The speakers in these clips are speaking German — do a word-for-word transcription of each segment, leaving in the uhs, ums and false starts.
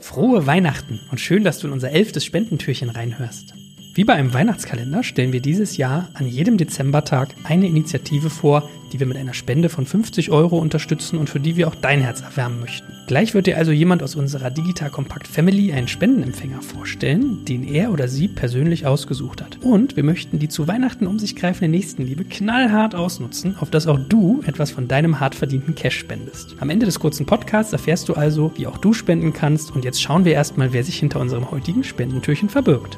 Frohe Weihnachten und schön, dass du in unser elftes Spendentürchen reinhörst. Wie bei einem Weihnachtskalender stellen wir dieses Jahr an jedem Dezembertag eine Initiative vor, die wir mit einer Spende von fünfzig Euro unterstützen und für die wir auch dein Herz erwärmen möchten. Gleich wird dir also jemand aus unserer Digital Compact Family einen Spendenempfänger vorstellen, den er oder sie persönlich ausgesucht hat. Und wir möchten die zu Weihnachten um sich greifende Nächstenliebe knallhart ausnutzen, auf dass auch du etwas von deinem hart verdienten Cash spendest. Am Ende des kurzen Podcasts erfährst du also, wie auch du spenden kannst, und jetzt schauen wir erstmal, wer sich hinter unserem heutigen Spendentürchen verbirgt.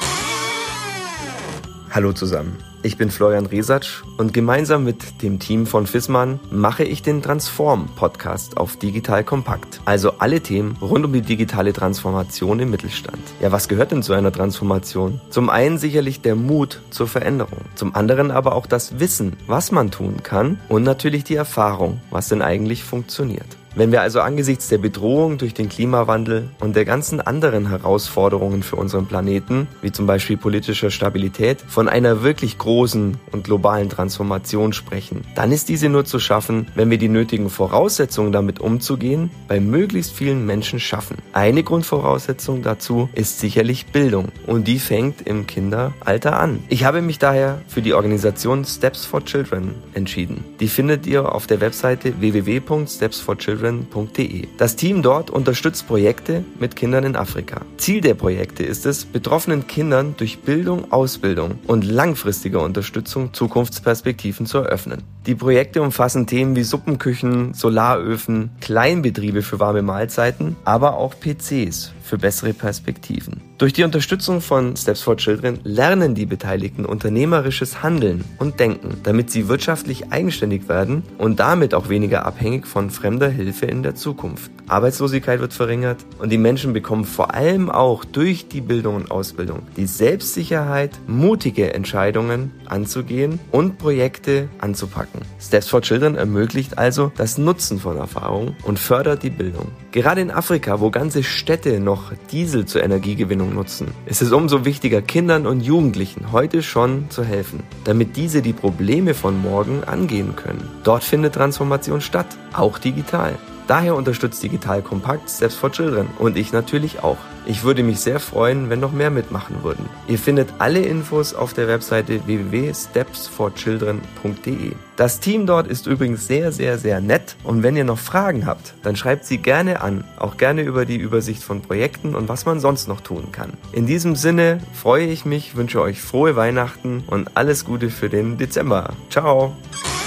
Hallo zusammen, ich bin Florian Resatsch und gemeinsam mit dem Team von Fissmann mache ich den Transform-Podcast auf Digital Compact. Also alle Themen rund um die digitale Transformation im Mittelstand. Ja, was gehört denn zu einer Transformation? Zum einen sicherlich der Mut zur Veränderung, zum anderen aber auch das Wissen, was man tun kann, und natürlich die Erfahrung, was denn eigentlich funktioniert. Wenn wir also angesichts der Bedrohung durch den Klimawandel und der ganzen anderen Herausforderungen für unseren Planeten, wie zum Beispiel politischer Stabilität, von einer wirklich großen und globalen Transformation sprechen, dann ist diese nur zu schaffen, wenn wir die nötigen Voraussetzungen, damit umzugehen, bei möglichst vielen Menschen schaffen. Eine Grundvoraussetzung dazu ist sicherlich Bildung, und die fängt im Kinderalter an. Ich habe mich daher für die Organisation Steps for Children entschieden. Die findet ihr auf der Webseite w w w punkt steps for children punkt d e. Das Team dort unterstützt Projekte mit Kindern in Afrika. Ziel der Projekte ist es, betroffenen Kindern durch Bildung, Ausbildung und langfristige Unterstützung Zukunftsperspektiven zu eröffnen. Die Projekte umfassen Themen wie Suppenküchen, Solaröfen, Kleinbetriebe für warme Mahlzeiten, aber auch P Cs für bessere Perspektiven. Durch die Unterstützung von Steps for Children lernen die Beteiligten unternehmerisches Handeln und Denken, damit sie wirtschaftlich eigenständig werden und damit auch weniger abhängig von fremder Hilfe in der Zukunft. Arbeitslosigkeit wird verringert und die Menschen bekommen vor allem auch durch die Bildung und Ausbildung die Selbstsicherheit, mutige Entscheidungen anzugehen und Projekte anzupacken. Steps for Children ermöglicht also das Nutzen von Erfahrung und fördert die Bildung. Gerade in Afrika, wo ganze Städte noch Diesel zur Energiegewinnung nutzen, ist es umso wichtiger, Kindern und Jugendlichen heute schon zu helfen, damit diese die Probleme von morgen angehen können. Dort findet Transformation statt, auch digital. Daher unterstützt Digital Compact Steps for Children und ich natürlich auch. Ich würde mich sehr freuen, wenn noch mehr mitmachen würden. Ihr findet alle Infos auf der Webseite w w w punkt steps for children punkt d e. Das Team dort ist übrigens sehr, sehr, sehr nett, und wenn ihr noch Fragen habt, dann schreibt sie gerne an, auch gerne über die Übersicht von Projekten und was man sonst noch tun kann. In diesem Sinne freue ich mich, wünsche euch frohe Weihnachten und alles Gute für den Dezember. Ciao!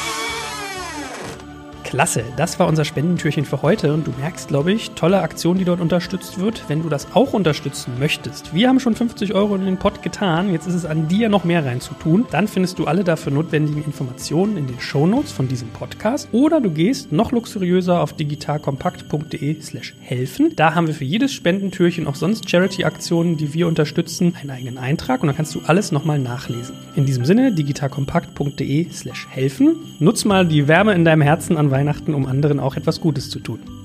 Klasse, das war unser Spendentürchen für heute, und du merkst, glaube ich, tolle Aktion, die dort unterstützt wird. Wenn du das auch unterstützen möchtest, wir haben schon fünfzig Euro in den Pott getan, jetzt ist es an dir, noch mehr reinzutun. Dann findest du alle dafür notwendigen Informationen in den Shownotes von diesem Podcast, oder du gehst noch luxuriöser auf digitalkompakt punkt d e slash helfen. Da haben wir für jedes Spendentürchen, auch sonst Charity-Aktionen, die wir unterstützen, einen eigenen Eintrag, und dann kannst du alles nochmal nachlesen. In diesem Sinne, digitalkompakt punkt d e slash helfen. Nutz mal die Wärme in deinem Herzen an Weihnachten, um anderen auch etwas Gutes zu tun.